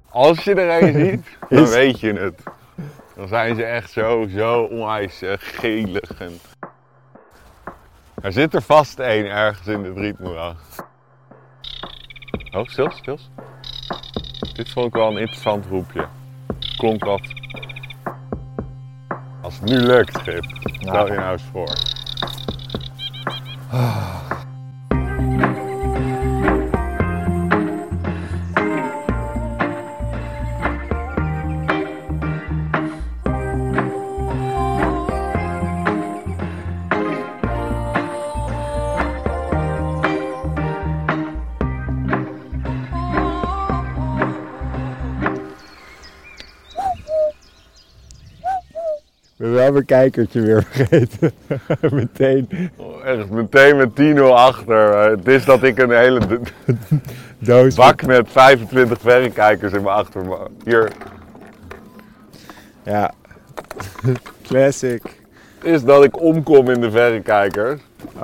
Als je er een ziet, dan weet je het. Dan zijn ze echt zo onwijs gelig. En... Er zit er vast één ergens in het rietmoeras. Oh, stils. Dit vond ik wel een interessant roepje. Klonk wat. Als het nu lukt, Schip. Stel je nou eens voor. We hebben wel mijn kijkertje weer vergeten. Meteen. Oh, echt meteen met 10-0 achter. Het is dat ik een hele Doos bak met 25 verrekijkers in mijn achter. Hier Ja. Classic. is dat ik omkom in de verrekijkers.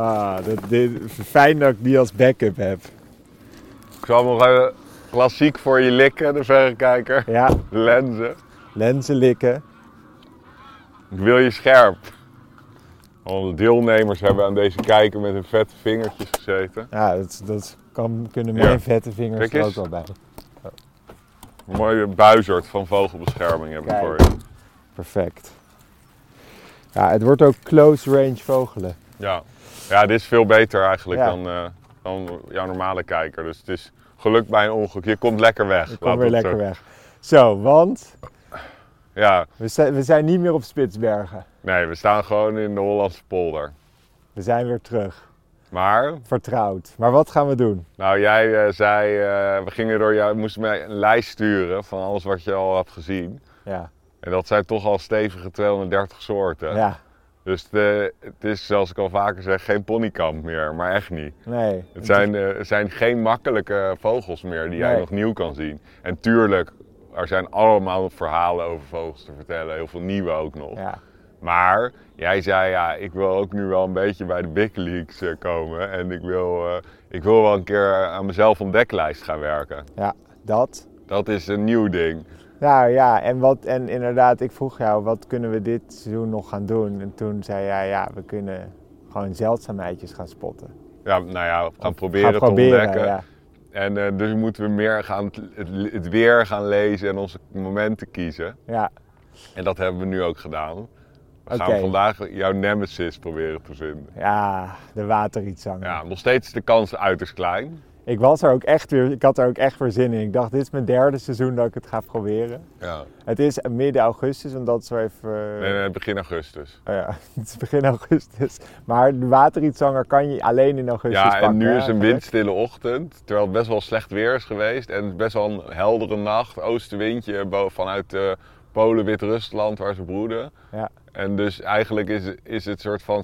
Fijn dat ik die als backup heb. Ik zal nog even klassiek voor je likken, de verrekijker. Ja. De lenzen. Lenzen likken. Ik wil je scherp. Alle deelnemers hebben aan deze kijker met hun vette vingertjes gezeten. Ja, kunnen mijn Ja. vette vingers Kijk er ook eens. wel bij. Een mooie buizerd van vogelbescherming heb ik Kijk. voor je. Perfect. Ja, het wordt ook close range vogelen. Ja, dit is veel beter eigenlijk Ja. dan jouw normale kijker. Dus het is geluk bij een ongeluk. Je komt lekker weg. Ik kom weer lekker weg. Zo, want Ja, we zijn niet meer op Spitsbergen. nee, we staan gewoon in de Hollandse polder. We zijn weer terug. Maar, Vertrouwd. Maar wat gaan we doen? nou jij zei, we moesten mij een lijst sturen van alles wat je al had gezien. Ja. En dat zijn toch al stevige 230 soorten. Ja. Dus het is, zoals ik al vaker zeg, geen ponykamp meer, maar echt niet. Nee. Het zijn geen makkelijke vogels meer die jij Nee. nog nieuw kan zien. En tuurlijk, er zijn allemaal verhalen over vogels te vertellen, heel veel nieuwe ook nog. Ja. Maar jij zei, ja, ik wil ook nu wel een beetje bij de big leagues komen. En ik wil wel een keer aan mezelf ontdeklijst gaan werken. Ja, dat. Dat is een nieuw ding. Nou ja, en inderdaad, ik vroeg jou, wat kunnen we dit seizoen nog gaan doen? En toen zei jij, ja, we kunnen gewoon zeldzaamheidjes gaan spotten. Ja, nou ja, we gaan proberen te ontdekken. Ja. En dus moeten we meer gaan het weer gaan lezen en onze momenten kiezen. Ja, En dat hebben we nu ook gedaan. We gaan Oké. vandaag jouw nemesis proberen te vinden. ja, de waterrietzanger. Ja, nog steeds is de kans uiterst klein. Ik had er ook echt weer zin in. Ik dacht, dit is mijn derde seizoen dat ik het ga proberen. Ja. Het is midden augustus, want dat is zo even... Nee, begin augustus. Oh ja, het is begin augustus. Maar de waterrietzanger kan je alleen in augustus Ja, pakken. en nu hè, is een eigenlijk. windstille ochtend, terwijl het best wel slecht weer is geweest. En het is best wel een heldere nacht, oostenwindje vanuit Polen, Wit-Rusland, waar ze broeden. Ja. En dus eigenlijk is het soort van...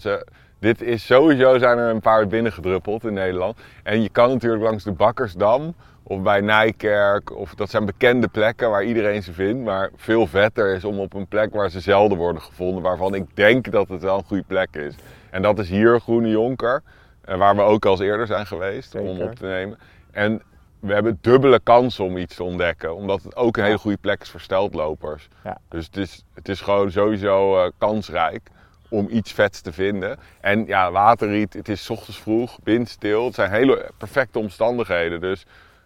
Sowieso zijn er een paar binnengedruppeld in Nederland. En je kan natuurlijk langs de Bakkersdam of bij Nijkerk, of dat zijn bekende plekken waar iedereen ze vindt. Maar veel vetter is om op een plek waar ze zelden worden gevonden, waarvan ik denk dat het wel een goede plek is. En dat is hier Groene Jonker, waar we ook al eens eerder zijn geweest om Zeker. op te nemen. En we hebben dubbele kansen om iets te ontdekken, omdat het ook een hele goede plek is voor steltlopers. Ja. Dus het is gewoon sowieso kansrijk om iets vets te vinden. En ja, waterriet, het is 's ochtends vroeg, windstil. Het zijn hele perfecte omstandigheden. Dus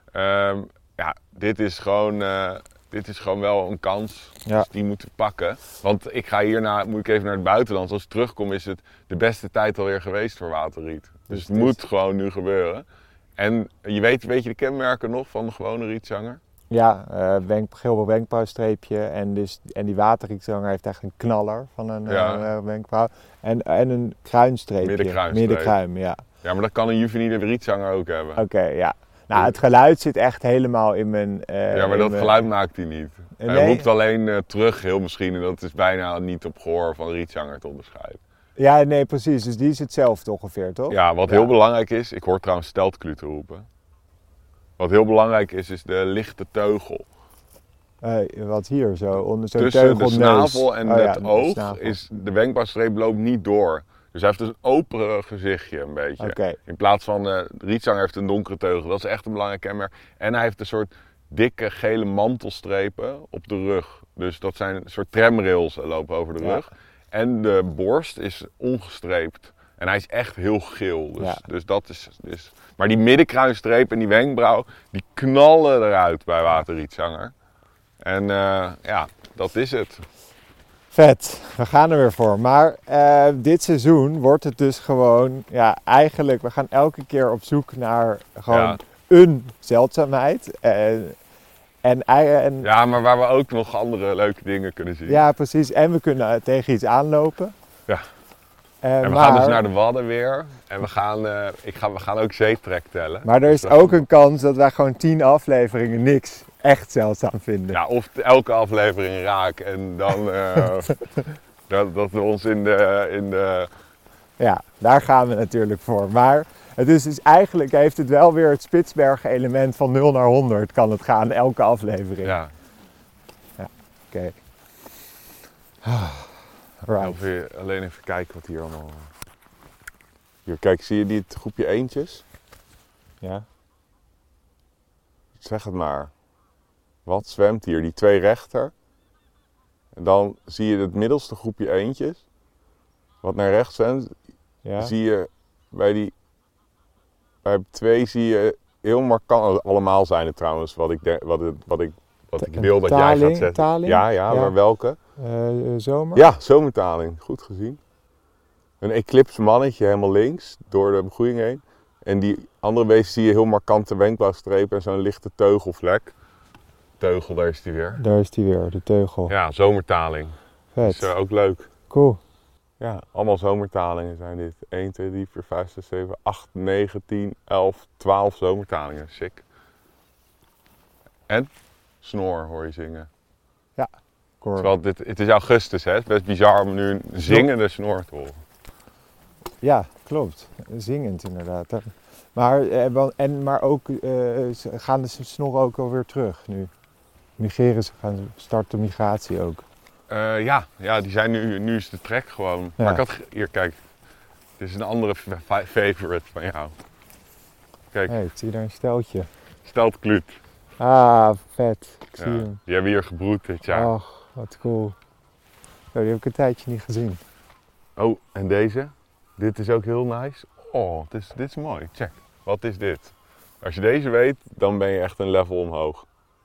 dit is gewoon wel een kans. Ja. Dus die moeten we pakken. Want moet ik even naar het buitenland. Als ik terugkom is het de beste tijd alweer geweest voor waterriet. Dus het moet gewoon nu gebeuren. En weet je de kenmerken nog van de gewone rietzanger? Ja, geel wenkbrauwstreepje en die waterrietzanger heeft echt een knaller van een wenkbrauw. En een kruinstreepje. Middenkruinstreep. Middenkruin, ja. Ja, maar dat kan een juveniele rietzanger ook hebben. Oké, ja. Nou, het geluid zit echt helemaal in mijn... Ja, maar dat geluid maakt hij niet. Hij Nee. roept alleen terug heel misschien en dat is bijna niet op gehoor van een rietzanger te onderscheiden. Ja, nee, precies. Dus die is hetzelfde ongeveer, toch? Ja, wat heel belangrijk is, ik hoor trouwens steltklute roepen. Wat heel belangrijk is de lichte teugel. Wat hier, zo'n Tussen teugelneus. de snavel en het de oog snavel. is de wenkbrauwstreep loopt niet door. Dus hij heeft dus een open gezichtje een beetje. Oké. In plaats van de rietzanger heeft een donkere teugel. Dat is echt een belangrijk kenmerk. En hij heeft een soort dikke gele mantelstrepen op de rug. Dus dat zijn een soort tramrails lopen over de rug. En de borst is ongestreept. En hij is echt heel geel. Dus dat is... Maar die middenkruinstreep en die wenkbrauw, die knallen eruit bij waterrietzanger. En dat is het. Vet, we gaan er weer voor. Maar dit seizoen wordt het dus gewoon, eigenlijk, we gaan elke keer op zoek naar gewoon een zeldzaamheid. Ja, maar waar we ook nog andere leuke dingen kunnen zien. Ja, precies. En we kunnen tegen iets aanlopen. Ja. En we gaan dus naar de Wadden weer. En we gaan ook zeetrek tellen. Maar er is ook een kans dat wij gewoon 10 afleveringen niks echt zeldzaam vinden. Ja, of elke aflevering raak. En dan dat we ons in de... Ja, daar gaan we natuurlijk voor. Maar het is dus eigenlijk heeft het wel weer het Spitsbergen element van 0 naar 100 kan het gaan, elke aflevering. Ja. Oké. Right. Alleen even kijken wat hier allemaal... Hier, kijk, zie je dit groepje eendjes? Ja. Zeg het maar. Wat zwemt hier? Die 2 rechter. En dan zie je het middelste groepje eendjes. Wat naar rechts zwemt. Ja. Zie je bij 2 zie je heel markant... Allemaal zijn het trouwens wat ik wil dat jij gaat zetten. Taling? Ja, maar welke? Zomer? Ja, zomertaling. Goed gezien. Een eclipse mannetje helemaal links, door de begroeiing heen. En die andere beest zie je heel markante wenkbrauwstrepen en zo'n lichte teugelvlek. Teugel, daar is die weer. Daar is die weer, de teugel. Ja, zomertaling. Vet. Dat is ook leuk. Cool. Ja, allemaal zomertalingen zijn dit. 1, 2, 3, 4, 5, 6, 7, 8, 9, 10, 11, 12 zomertalingen. Sick. En? Snor hoor je zingen. Ja. Terwijl het is augustus, hè? Het is best bizar om nu een zingende snor te horen. Ja, klopt. Zingend inderdaad. Maar ook gaan de snorren ook alweer terug nu. Migreren ze, starten migratie ook. Ja, die zijn nu is de trek gewoon. Ja. Maar ik had hier, kijk, dit is een andere favorite van jou. Kijk. Hey, ik zie daar een steltje. Steltkluut. Ah, vet. Ik zie hem. Die hebben hier gebroed dit jaar. Och, wat cool. Die heb ik een tijdje niet gezien. Oh, en deze? Dit is ook heel nice. Oh, dit is mooi. Check. Wat is dit? Als je deze weet, dan ben je echt een level omhoog.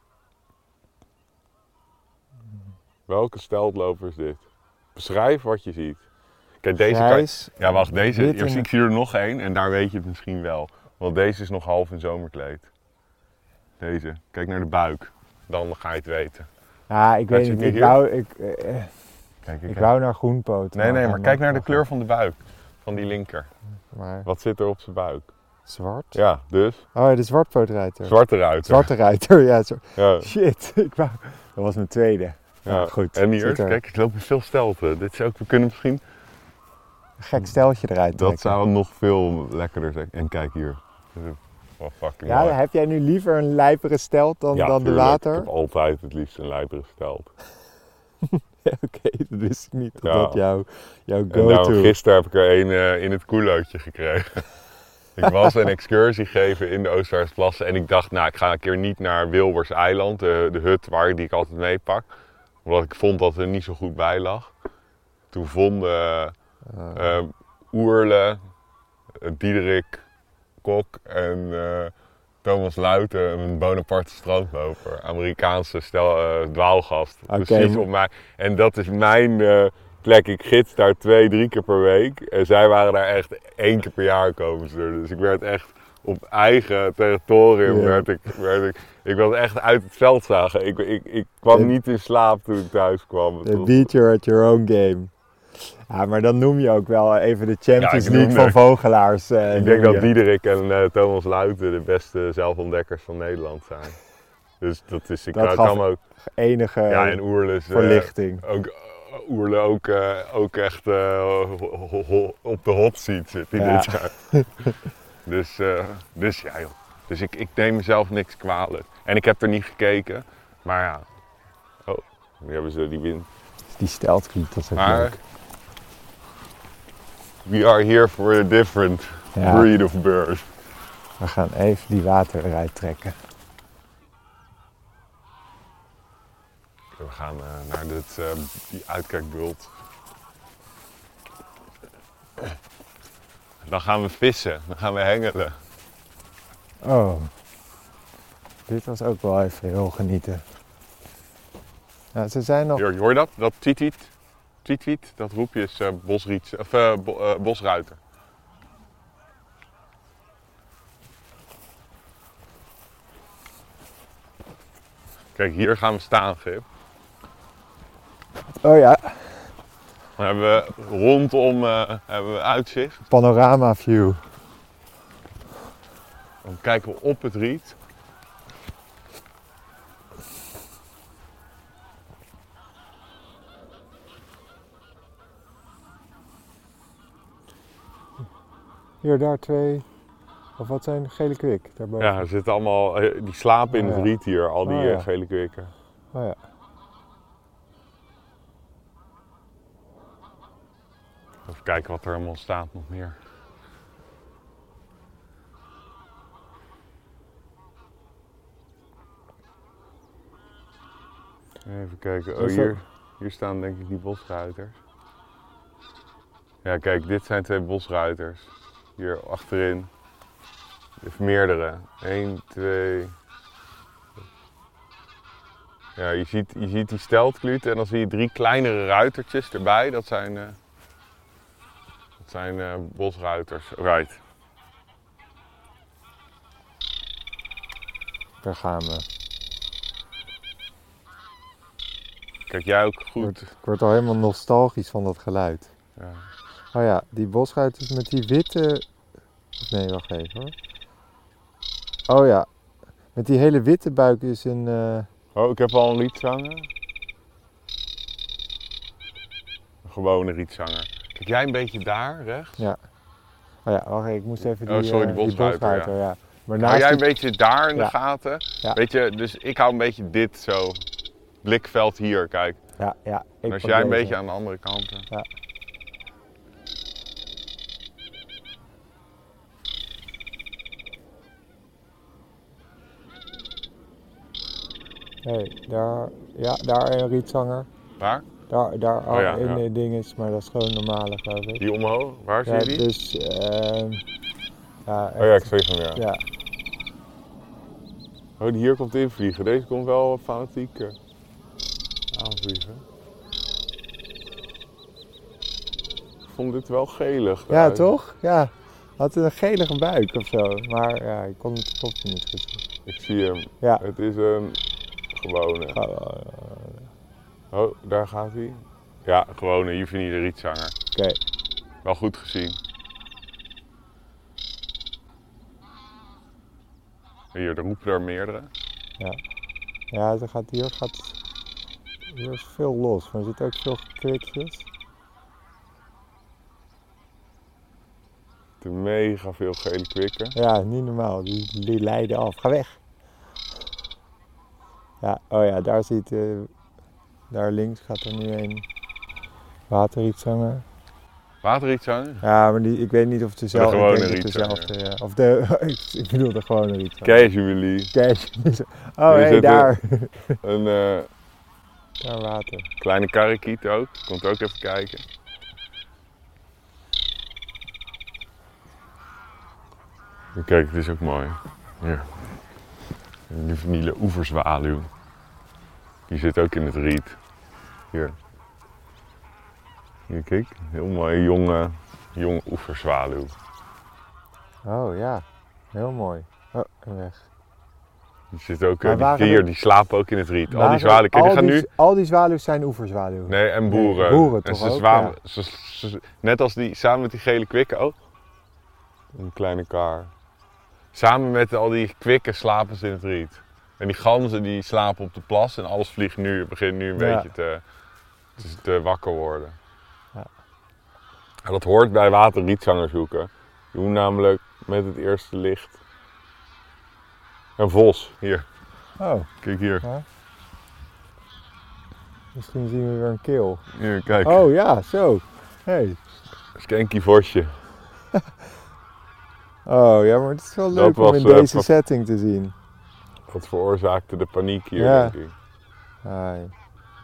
Welke steltloper is dit? Beschrijf wat je ziet. Kijk, deze Grijs, ja, wacht, deze. Ik zie er nog één en daar weet je het misschien wel. Want deze is nog half in zomerkleed. Deze. Kijk naar de buik. Dan ga je het weten. Ja, ik weet niet. Ik wou naar groenpoot. Nee, maar kijk naar de kleur van de buik. Van die linker. Maar... Wat zit er op zijn buik? Zwart? Ja, dus? Oh, de zwartpootruiter. Zwarte ruiter. Zwarte ruiter, ja. Ja. Shit, dat was mijn tweede. Ja, goed. En hier, kijk, ik loop in veel stelten. Dit is ook, we kunnen misschien... Een gek steltje eruit trekken. Dat zou nog veel lekkerder zijn. En kijk hier. Oh, fucking mooi. Heb jij nu liever een lijpere stelt dan de water? Ik heb altijd het liefst een lijpere stelt. Oké, dat wist ik niet. Dat jouw go-to. Gisteren heb ik er een in het koelootje gekregen. Ik was een excursie geven in de Oostvaardersplassen en ik dacht, ik ga een keer niet naar Wilbers Eiland, de hut die ik altijd meepak. Omdat ik vond dat er niet zo goed bij lag. Toen vonden Oerle, Diederik Kok en Thomas Luiten, een Bonaparte strandloper, Amerikaanse dwaalgast. Okay. Precies op mij. En dat is mijn plek. Ik gids daar 2-3 keer per week. En zij waren daar echt 1 keer per jaar komen ze er. Dus ik werd echt op eigen territorium. Ik was echt uit het veld zagen. Ik kwam niet in slaap toen ik thuis kwam. The beat you at your own game. Ja, maar dan noem je ook wel even de Champions League van vogelaars. Ik denk dat Diederik en Thomas Luiten de beste zelfontdekkers van Nederland zijn. Dus dat is... Dat gaf ook enige en Oerle verlichting. Oerle ook echt op de hot seat zit hij dit jaar. Dus ja joh. Dus ik neem mezelf niks kwalijk. En ik heb er niet gekeken. Maar ja. Oh, nu hebben ze die wind. Die steltkliet, dat is ook leuk. We are here for a different breed of bird. We gaan even die water eruit trekken. We gaan naar die uitkijkbult. Dan gaan we vissen, dan gaan we hengelen. Oh, dit was ook wel even heel genieten. Ja, ze zijn nog... Hoor je dat? Dat tweet, tweet, dat roepje is bosruiter. Kijk, hier gaan we staan, Gip. Oh ja, Dan hebben we rondom hebben we uitzicht. panorama view. Dan kijken we op het riet. Hier, daar 2. Of wat zijn gele kwik daarboven? Ja, er zitten allemaal, die slapen in Oh, het ja. riet hier, al die Oh, ja. gele kwikken. Oh ja. Even kijken wat er allemaal staat nog meer. Even kijken, oh hier staan denk ik die bosruiters. Ja kijk, dit zijn 2 bosruiters. Hier achterin. Of meerdere. 1, 2. Ja, je ziet die steltkluut en dan zie je 3 kleinere ruitertjes erbij. Dat zijn bosruiters. Right. Daar gaan we. Kijk jij ook goed? Ik word al helemaal nostalgisch van dat geluid. Ja. Oh ja, die bosruiters met die witte... Of nee, wacht even hoor. Oh ja, met die hele witte buik is een... Oh, ik heb al een rietzanger. Een gewone rietzanger. Kijk jij een beetje daar, rechts? Ja. Oh ja, wacht even, ik moest even die... Oh, sorry, die bosruiter, ja. Maar Hou jij een die... beetje daar in de Ja. gaten? Ja. Weet je, dus ik hou een beetje dit zo. Blikveld hier, kijk. Ja, ja. En als pak jij een deze. beetje aan de andere kant. Ja. Hey, daar een rietzanger. Waar? Daar Oh ja, in ja. de dinges, maar dat is gewoon normale, geloof ik. Die omhoog? Waar zie Ja, je die? dus... ja, Oh ja, ik zie hem weer. ja. Oh, die hier komt invliegen. Deze komt wel fanatiek aanvliegen. Ik vond dit wel gelig. Ja, toch? Ja. Had een gelige buik of zo. Maar ja, ik kon het kopje niet goed zien. Ik zie hem. Ja. Het is een gewone. Oh, daar gaat hij. Ja, gewone Juvenie de rietzanger. Oké. Wel goed gezien. Hier, er roepen er meerdere. Ja. Ja, hier is veel los, maar er zitten ook veel kwikjes. Er mega veel gele kwikken. Ja, niet normaal. Die leiden af. Ga weg. Ja, oh ja, daar links gaat er nu een waterrietzanger. Waterrietzanger? Ja, maar ik weet niet of het dezelfde gewone ik denk rietzanger. dezelfde, ja. Of ik bedoel de gewone rietzanger. Casually. Oh, Hier hé, zit daar. Een Daar water. kleine karrekiet ook. Komt ook even kijken. Kijk, het is ook mooi. Hier. Een Juveniele oeverzwaluw. Die zit ook in het riet. Hier. Hier, kijk. Heel mooi jonge oeverzwaluw. Oh ja, heel mooi. Oh, en weg. Die zit ook, Maar die waren hier, er- die slapen ook in het riet. Al die Waren- zwaluwen, kijk, die gaan nu... Al die zwaluws zijn oeverzwaluwen. Nee, en boeren. Nee, boeren en toch ze ook, zwamen, ja. net als die, samen met die gele kwikken. Oh, een kleine kar. Samen met al die kwikken slapen ze in het riet. En die ganzen die slapen op de plas en alles vliegt nu, begint nu een Ja. beetje te wakker worden. Ja. En dat hoort bij waterrietzanger zoeken. Je moet namelijk met het eerste licht. Een vos, hier. Oh, Kijk hier. ja. Misschien zien we weer een keel. Hier, kijk. Oh ja, zo. Hey. Skanky vosje. Oh ja, maar het is wel Dat leuk om was, in deze wat- setting te zien. Dat veroorzaakte de paniek hier, Ja. denk ik. Hi.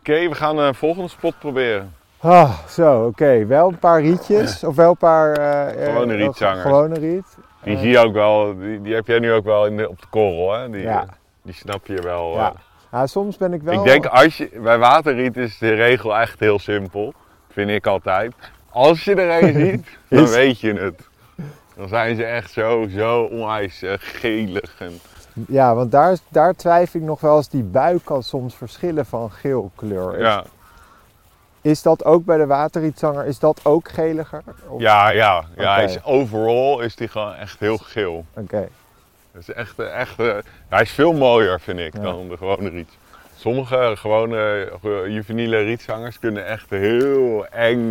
Oké, we gaan een volgende spot proberen. Oké. Wel een paar rietjes, of wel een paar... Gewone rietzangers. Gewone riet. Die zie je ook wel, die heb jij nu ook wel op de korrel, hè? Die snap je wel. Ja. Soms ben ik wel... Ik denk, bij waterriet is de regel echt heel simpel. Vind ik altijd. Als je er een ziet, dan weet je het. Dan zijn ze echt zo onwijs gelig. Ja, want daar twijfel ik nog wel eens. Die buik kan soms verschillen van geel kleur. Ja. Is dat ook bij de waterrietzanger, is dat ook geliger? Of? Ja. Okay. Overal is die gewoon echt heel geel. Oké. Dat is hij is veel mooier, vind ik, dan de gewone riet. Sommige gewone juveniele rietzangers kunnen echt heel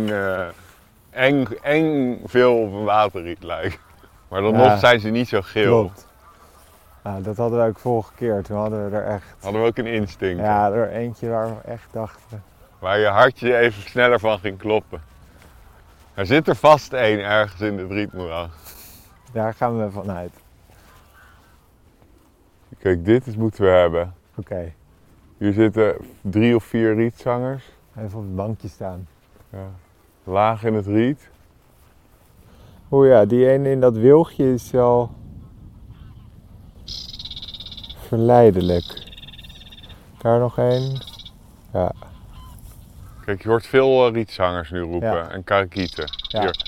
eng veel op een waterriet lijken. Maar dan nog zijn ze niet zo geel. Klopt. Dat hadden we ook vorige keer, toen hadden we er echt... Hadden we ook een instinct. Ja, er eentje waar we echt dachten... Waar je hartje even sneller van ging kloppen. Er zit er vast één ergens in het rietmoeras. Daar gaan we vanuit. Kijk, dit moeten we hebben. Oké. Hier zitten 3 of 4 rietzangers. Even op het bankje staan. Ja. Laag in het riet. Oh ja, die ene in dat wilgje is wel... verleidelijk. Daar nog één. Ja. Kijk, je hoort veel rietzangers nu roepen. Ja. En karakieten. Ja. Hier.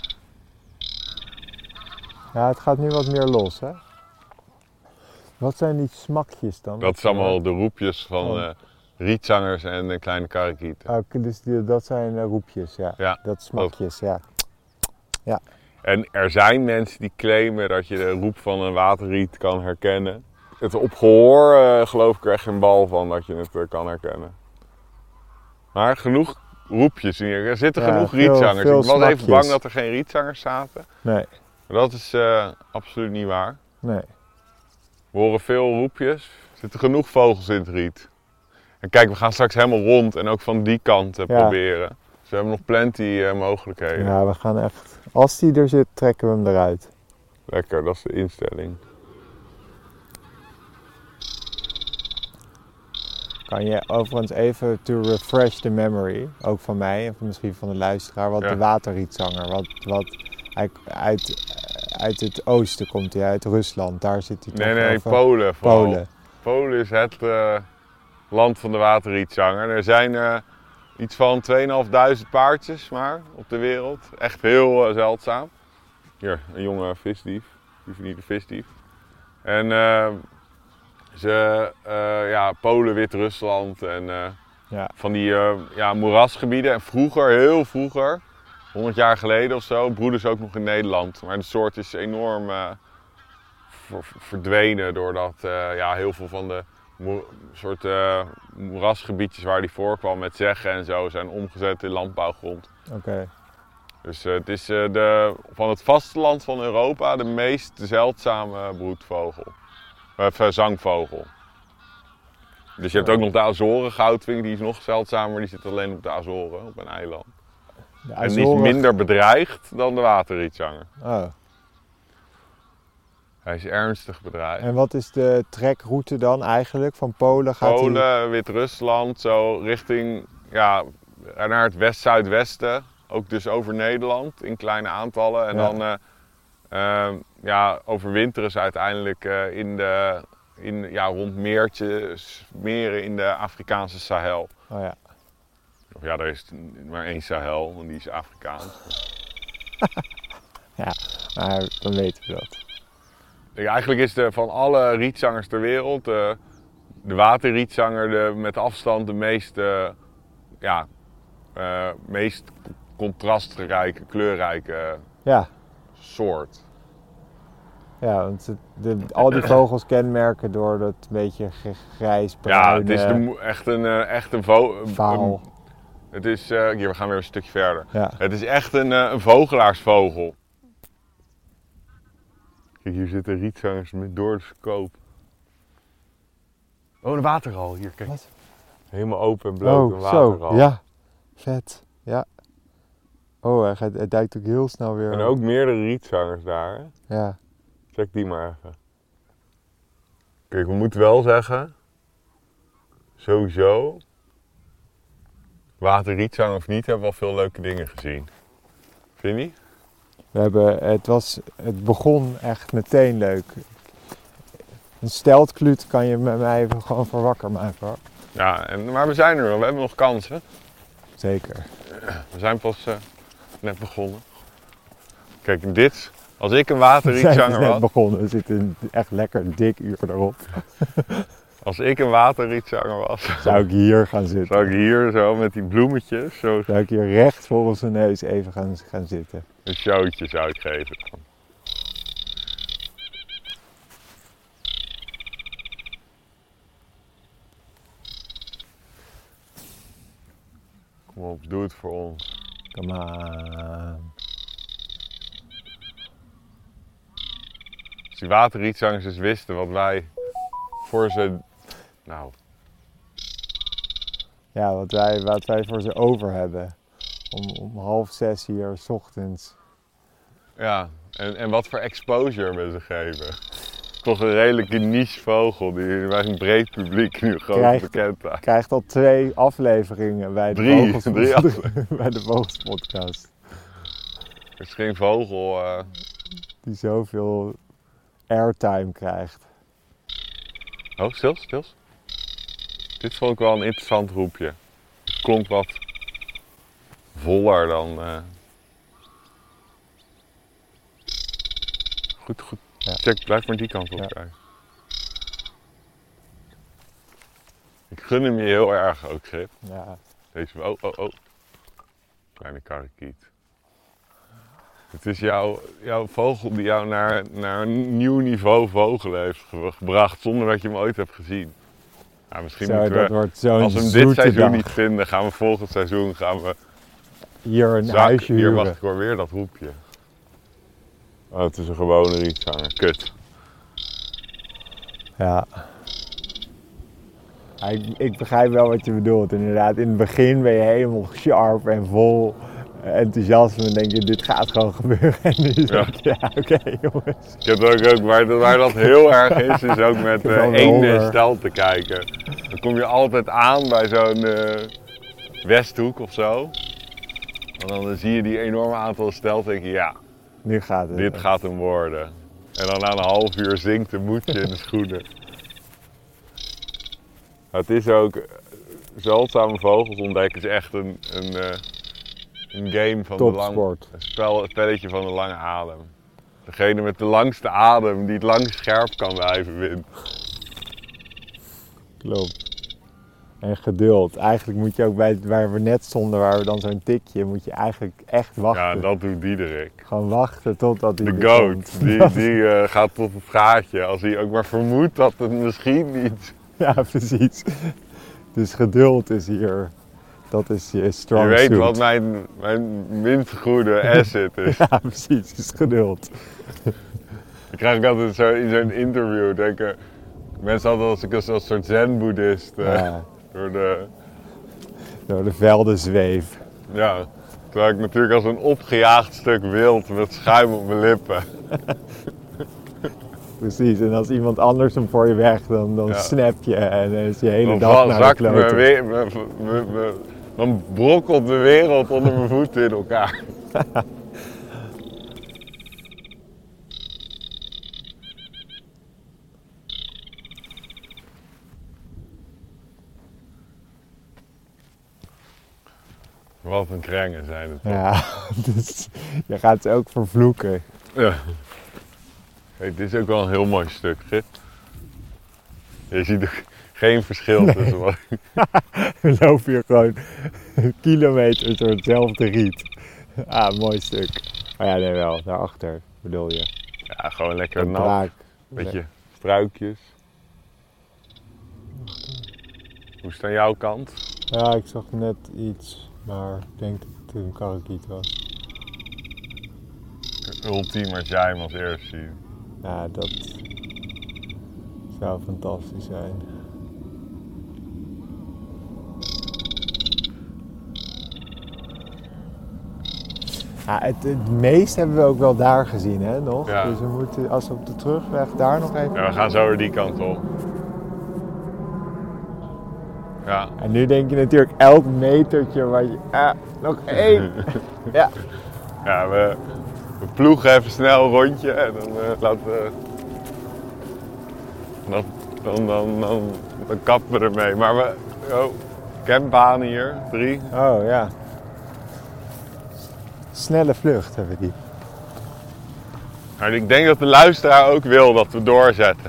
Ja, het gaat nu wat meer los, hè? Wat zijn die smakjes dan? Dat is allemaal de roepjes van rietzangers en kleine karakieten. Dus dat zijn roepjes, ja. Ja. Dat smakjes, ja. En er zijn mensen die claimen dat je de roep van een waterriet kan herkennen. Het op gehoor geloof ik er echt geen bal van dat je het kan herkennen. Maar genoeg roepjes hier. Er zitten genoeg rietzangers. Veel ik was smakjes. even bang dat er geen rietzangers zaten. Nee. Maar dat is absoluut niet waar. Nee. We horen veel roepjes. Er zitten genoeg vogels in het riet. En kijk, we gaan straks helemaal rond en ook van die kant proberen. Dus we hebben nog plenty mogelijkheden. Ja, we gaan echt... Als die er zit, trekken we hem eruit. Lekker, dat is de instelling. Kan je overigens even to refresh the memory, ook van mij en misschien van de luisteraar, wat de waterrietzanger, wat uit het oosten komt hij, uit Rusland, daar zit hij toch? Nee, Polen vooral. Polen is het land van de waterrietzanger. Er zijn iets van 2500 paardjes maar op de wereld. Echt heel zeldzaam. Hier, een jonge visdief, juveniele visdief. En Polen, Wit-Rusland en van die moerasgebieden. En vroeger, heel vroeger, 100 jaar geleden of zo, broeden ze ook nog in Nederland. Maar de soort is enorm verdwenen doordat heel veel van de moerasgebiedjes waar die voorkwam met zeggen en zo zijn omgezet in landbouwgrond. Oké. Dus het is van het vasteland van Europa de meest zeldzame broedvogel. Zangvogel. Dus je hebt ook nog de Azoren goudvink, die is nog zeldzamer, die zit alleen op de Azoren, op een eiland. En die is minder bedreigd dan de waterrietzanger. Oh. Hij is ernstig bedreigd. En wat is de trekroute dan eigenlijk van Polen? Polen, Wit-Rusland, zo richting naar het west-zuidwesten. Ook dus over Nederland in kleine aantallen. En dan overwinteren ze uiteindelijk rond meren in de Afrikaanse Sahel. Oh ja. Of ja, er is maar één Sahel, en die is Afrikaans. Ja, maar dan weten we dat. Eigenlijk is van alle rietzangers ter wereld de waterrietzanger met afstand de meest contrastrijke, kleurrijke soort. Ja, want al die vogels kenmerken door dat beetje grijs-bruine... Ja, het is echt een vaal. Het is, hier, we gaan weer een stukje verder. Ja. Het is echt een vogelaarsvogel. Kijk, hier zitten rietzangers door de scope. Oh, een waterral. Hier, kijk. Wat? Helemaal open en bloot, een waterral. Zo. Ja, vet. Ja. Oh, hij duikt ook heel snel weer. En ook meerdere rietzangers daar, hè? Ja. Check die maar even. Kijk, we moeten wel zeggen, sowieso, Waterrietzanger of niet, hebben we al veel leuke dingen gezien. Vind je niet? Het begon echt meteen leuk. Een steltkluut kan je met mij even gewoon voor wakker maken hoor. Ja, maar we zijn er wel. We hebben nog kansen. Zeker. We zijn pas net begonnen. Kijk, als ik een We zijn waterrietzanger net was... begonnen, we zitten echt lekker een dik uur erop. Als ik een waterrietzanger was... Zou ik hier gaan zitten. Zou ik hier zo met die bloemetjes... Zo Zou ik hier recht volgens zijn neus even gaan zitten. een showtje zou ik geven. Kom op, doe het voor ons. Come on. Als die waterrietzangers dus wisten wat wij voor ze... Nou, Ja, wat wij voor ze over hebben. Om 5:30 hier 's ochtends. ja. En wat voor exposure we ze geven. Toch een redelijke niche vogel die bij een breed publiek nu groot bekend is. Krijgt al 2 afleveringen bij de bij de Vogelspodcast. Er is geen vogel... Die zoveel airtime krijgt. Oh, stils. Dit vond ik wel een interessant roepje. Het klonk wat voller dan... Goed. Ja. Check, blijf maar die kant op kijken. Ik gun hem je heel erg ook, Grip. Ja. Deze... Oh. Kleine karakiet. Het is jouw vogel die jou naar een nieuw niveau vogelen heeft gebracht zonder dat je hem ooit hebt gezien. Ja, misschien Zo, moeten dat we, wordt zo'n als we hem zoete dit seizoen dag. niet vinden, gaan we volgend seizoen Hier een zakken. huisje Hier huren. wacht ik hoor weer dat roepje. Oh, het is een gewone rietzanger. Kut. Ja. Ik begrijp wel wat je bedoelt. Inderdaad, in het begin ben je helemaal sharp en vol enthousiasme. En denk je, dit gaat gewoon gebeuren. En nu denk je, ja, oké, jongens. Ik heb ook waar dat heel erg is ook met één stel te kijken. Dan kom je altijd aan bij zo'n Westhoek of zo. En dan zie je die enorme aantal stel en denk je, ja, Nu gaat het. dit gaat hem worden. En dan na een half uur zinkt de moedje in de schoenen. Het is ook, zeldzame vogels ontdekken is echt een game van Topsport. een spelletje van de lange adem. Degene met de langste adem die het langst scherp kan blijven wint. Klopt. En geduld. Eigenlijk moet je ook bij waar we net stonden, waar we dan zo'n tikje, moet je eigenlijk echt wachten. Ja, dat doet Diederik. Gewoon wachten totdat hij De er goat, komt. die gaat tot het gaatje als hij ook maar vermoedt dat het misschien niet... Ja, precies. Dus geduld is hier, dat is je strong Je weet suit. wat mijn minst goede asset is. Ja, precies, is geduld. Ik krijg ook altijd zo in zo'n interview denken mensen altijd als ik als een soort zen-boeddhist Ja, door de velden zweef. ja, terwijl ik natuurlijk als een opgejaagd stuk wild met schuim op mijn lippen. Precies, en als iemand anders hem voor je weg, dan Ja. snap je en dan is je hele Dan dag naar de zakt kloten. dan brokkelt de wereld onder mijn voeten in elkaar. Wat een krengen zijn het toch? Ja, dus je gaat ze ook vervloeken. Ja. Kijk, dit is ook wel een heel mooi stuk, Git. Je ziet ook geen verschil tussen wat... We lopen hier gewoon kilometers door hetzelfde riet. Ah, mooi stuk. Maar ja, nee wel, daarachter bedoel je. Ja, gewoon lekker Een nat. braak. Beetje struikjes. Hoe is het aan jouw kant? Ja, ik zag net iets, maar ik denk dat het een karakiet was. Ultiem als jij hem als eerst ziet. Ja, dat zou fantastisch zijn. Ja, het meest hebben we ook wel daar gezien, hè, nog. Ja. Dus we moeten, als we op de terugweg daar nog even... Ja, we gaan zo weer die kant op. Ja. En nu denk je natuurlijk elk metertje wat je... nog 1. Ja. Ja, we ploegen even snel een rondje en dan laten we... Dan kappen we ermee. Maar we... Oh, campbanen hier, 3. Oh ja. Snelle vlucht hebben die. Maar ik denk dat de luisteraar ook wil dat we doorzetten.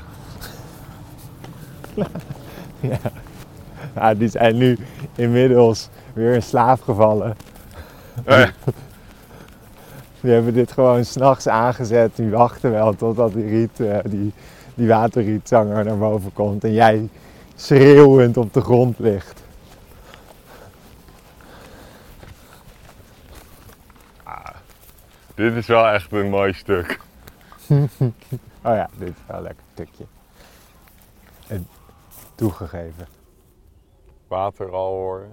Ja. Ja, die zijn nu inmiddels weer in slaap gevallen. Oh ja. Die hebben dit gewoon 's nachts aangezet. Die wachten wel totdat die waterrietzanger naar boven komt. En jij schreeuwend op de grond ligt. Dit is wel echt een mooi stuk. Oh ja, dit is wel een lekker stukje. En toegegeven. Water al horen.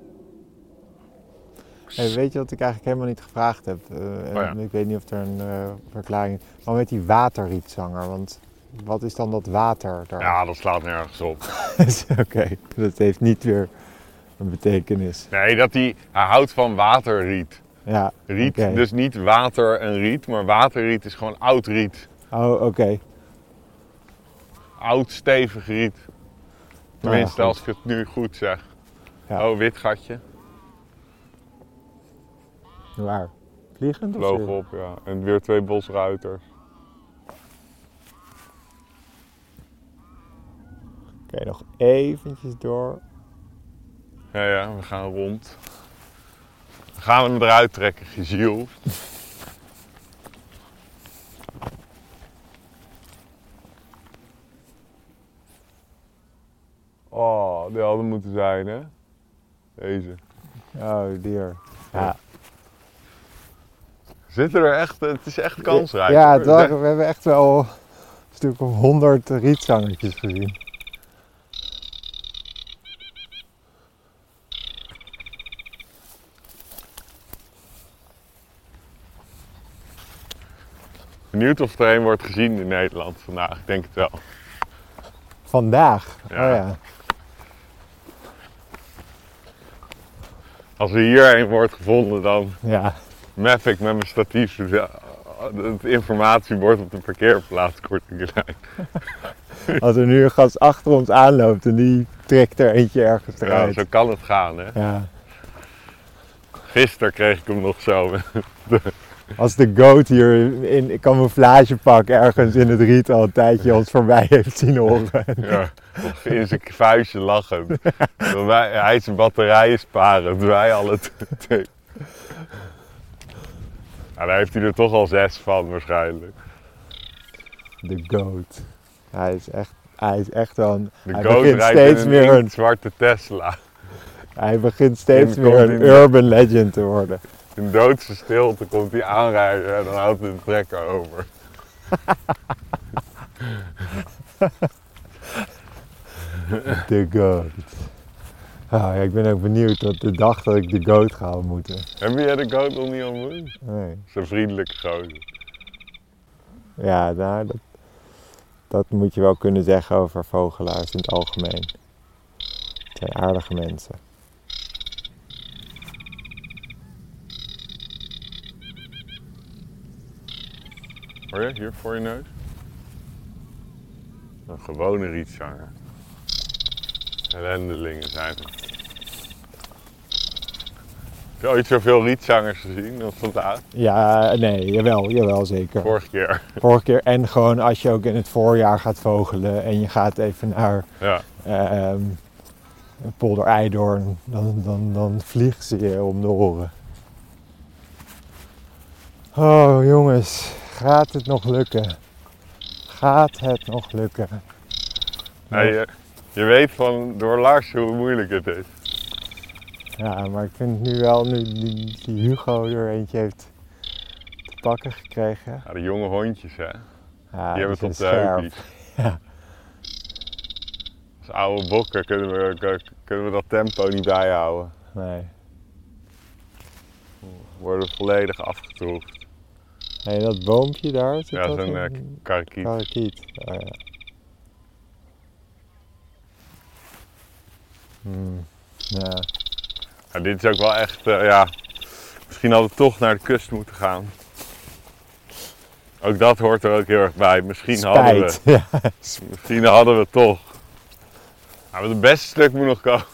Hey, weet je wat ik eigenlijk helemaal niet gevraagd heb? ja. Ik weet niet of er een verklaring is. Maar met die waterrietzanger, want wat is dan dat water daar? Ja, dat slaat nergens op. Oké, dat heeft niet weer een betekenis. Nee, hij houdt van waterriet. Ja, Riet, oké. dus niet water en riet, maar waterriet is gewoon oud riet. Oh, oké. Oud, stevig riet. Tenminste, goed. als ik het nu goed zeg. Ja. Oh, wit gatje. Waar? Vliegend of Vloog zo? op, ja. En weer 2 bosruiters. Oké, nog eventjes door. Ja, we gaan rond. Dan gaan we hem eruit trekken, Gilles. Oh, die hadden moeten zijn, hè? Deze. Oh, dier. Ja, Zitten er echt, het is echt kansrijk. ja hoor. we hebben echt wel een stuk of 100 rietzangertjes gezien. Benieuwd of er een wordt gezien in Nederland vandaag, ik denk het wel. Vandaag? Ja. Oh ja. Als er hier een wordt gevonden, dan Ja. mef ik met mijn statief het informatiebord op de parkeerplaats kort en klein. Als er nu een gast achter ons aanloopt en die trekt er eentje ergens Ja, eruit. zo kan het gaan, hè. Ja. Gisteren kreeg ik hem nog zo. Als de goat hier in camouflagepak ergens in het riet al een tijdje ons voorbij heeft zien horen. Ja, in zijn vuistje lachend. Hij zijn batterijen sparen, wij al het. Ja, daar heeft hij er toch al 6 van waarschijnlijk. De goat. Hij is echt wel een... De hij goat begint rijdt steeds in meer een zwarte Tesla. Hij begint steeds En meer komt een in- urban legend te worden. In doodse stilte komt hij aanrijden en dan houdt hij de trekker over. De goat. Oh, ja, ik ben ook benieuwd tot de dag dat ik de goat ga ontmoeten. Heb jij de goat nog niet ontmoet? Nee. Zo'n vriendelijke gozer. Ja, nou, dat moet je wel kunnen zeggen over vogelaars in het algemeen. Het zijn aardige mensen. Hoor je, hier voor je neus? Een gewone rietzanger. Ellendelingen zijn het. Heb je ooit zoveel rietzangers gezien als vandaag? Ja, nee, jawel zeker. Vorige keer. Vorige keer en gewoon als je ook in het voorjaar gaat vogelen en je gaat even naar Ja. Polder Eidoorn, dan vliegen ze je om de oren. Oh jongens, gaat het nog lukken? Gaat het nog lukken? Ja, je weet door Lars hoe moeilijk het is. Ja, maar ik vind het nu wel, nu die Hugo er eentje heeft te pakken gekregen. Ja, de jonge hondjes, hè. Ja, Die hebben het zijn op de heupies. Ja. Als oude bokken kunnen we dat tempo niet bijhouden. Nee. We worden volledig afgetroefd. Nee, dat boompje daar, zit Ja, dat zo'n een karakiet. karakiet? Oh, ja. Ja. Ja, dit is ook wel echt, misschien hadden we toch naar de kust moeten gaan. Ook dat hoort er ook heel erg bij. Misschien hadden we toch. Maar het beste stuk moet nog komen.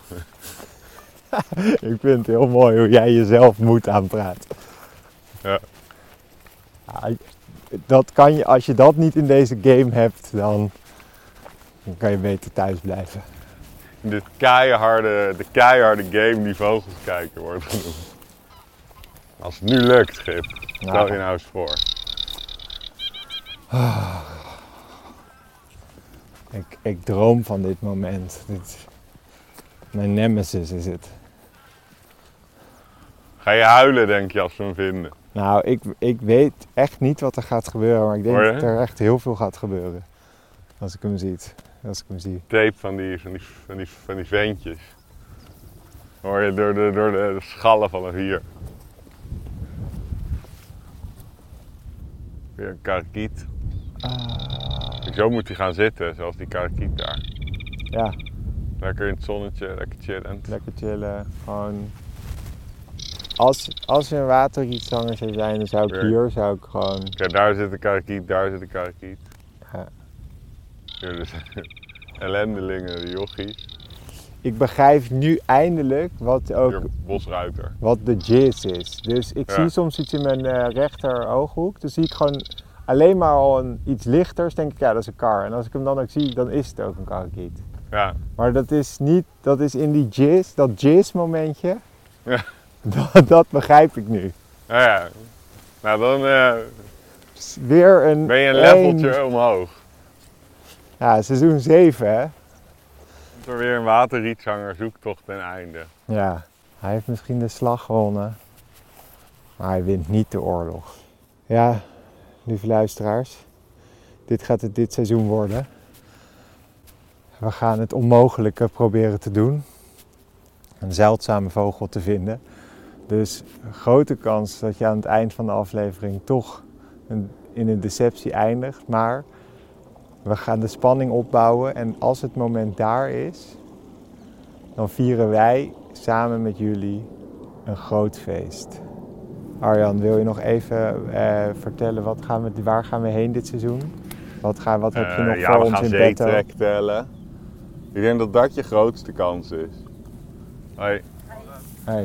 Ik vind het heel mooi hoe jij jezelf moed aanpraat. Ja. Dat kan je, als je dat niet in deze game hebt, dan kan je beter thuis blijven. De keiharde game die vogels kijken wordt genoemd. Als het nu lukt, Gip. Stel je nou eens voor. Ik droom van dit moment. Mijn nemesis is het. Ga je huilen, denk je, als we hem vinden? Nou, ik weet echt niet wat er gaat gebeuren, maar ik denk dat er echt heel veel gaat gebeuren. Als ik hem zie. Tape van die ventjes. Hoor je door de schallen van het hier. Weer een karakiet. Zo moet hij gaan zitten, zoals die karakiet daar. Ja. Lekker in het zonnetje, lekker chillen. Lekker chillen, gewoon... Als er een waterrietzanger zou zijn, dan zou ik gewoon... Kijk, daar zit de karakiet, daar zit de karakiet. Ja. Hier dus ellendelingen, de jochies. Ik begrijp nu eindelijk wat ook... Hier, bosruiter. Wat de jizz is. Dus ik zie soms iets in mijn rechter ooghoek. Dan zie ik gewoon alleen maar al iets lichters. Denk ik, ja, dat is een kar. En als ik hem dan ook zie, dan is het ook een karakiet. Ja. Maar dat is niet... Dat is in die jizz, dat jizz momentje... Ja. Dat begrijp ik nu. Ja. Nou, dan weer een ben je een leveltje omhoog. Ja, seizoen 7, hè? Komt er weer een waterrietzanger zoektocht ten einde. Ja, hij heeft misschien de slag gewonnen. Maar hij wint niet de oorlog. Ja, lieve luisteraars. Dit gaat het dit seizoen worden. We gaan het onmogelijke proberen te doen. Een zeldzame vogel te vinden. Dus een grote kans dat je aan het eind van de aflevering toch in een deceptie eindigt. Maar we gaan de spanning opbouwen en als het moment daar is, dan vieren wij samen met jullie een groot feest. Arjan, wil je nog even vertellen waar gaan we heen dit seizoen? Wat heb je nog voor ons in petto? Ja, we gaan zeetrek tellen. Ik denk dat je grootste kans is. Hoi. Hey.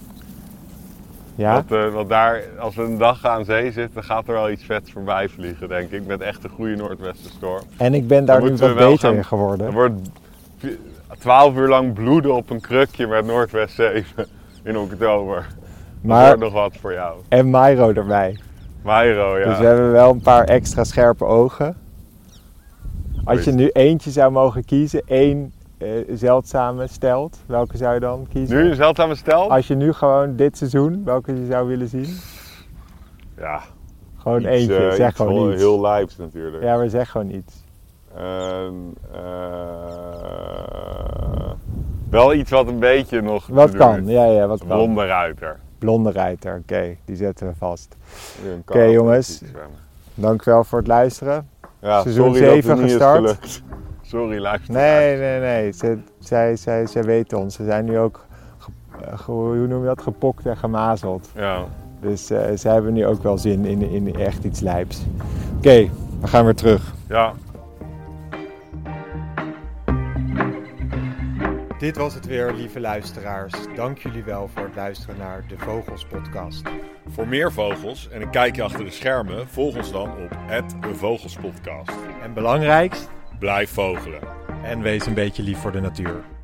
Ja? Want daar, als we een dag aan zee zitten, gaat er wel iets vets voorbij vliegen, denk ik. Met echt een goede noordwestenstorm. En ik ben daar nu wat beter in geworden. Er wordt 12 uur lang bloeden op een krukje met Noordwest 7 in oktober. Maar dat wordt nog wat voor jou. En Mairo erbij. Mairo, ja. Dus we hebben wel een paar extra scherpe ogen. Als je nu eentje zou mogen kiezen, één zeldzame stelt, welke zou je dan kiezen? Nu een zeldzame stelt? Als je nu gewoon dit seizoen, welke je zou willen zien? Ja. Gewoon eentje, zeg gewoon iets. Heel lijps natuurlijk. Ja, maar zeg gewoon iets. Wel iets wat een beetje nog wat kan, ja, wat kan. Blonde ruiter. Blonde ruiter, oké, die zetten we vast. Oké, jongens, dankjewel voor het luisteren. Ja, seizoen 7 gestart. Sorry, luisteraars. Nee. Zij weten ons. Ze zijn nu ook, hoe noem je dat, gepokt en gemazeld. Ja. Dus zij hebben nu ook wel zin in echt iets lijps. Oké, we gaan weer terug. Ja. Dit was het weer, lieve luisteraars. Dank jullie wel voor het luisteren naar de Vogels podcast. Voor meer vogels en een kijkje achter de schermen, volg ons dan op @devogelspodcast. En belangrijkst, Blijf vogelen. en wees een beetje lief voor de natuur.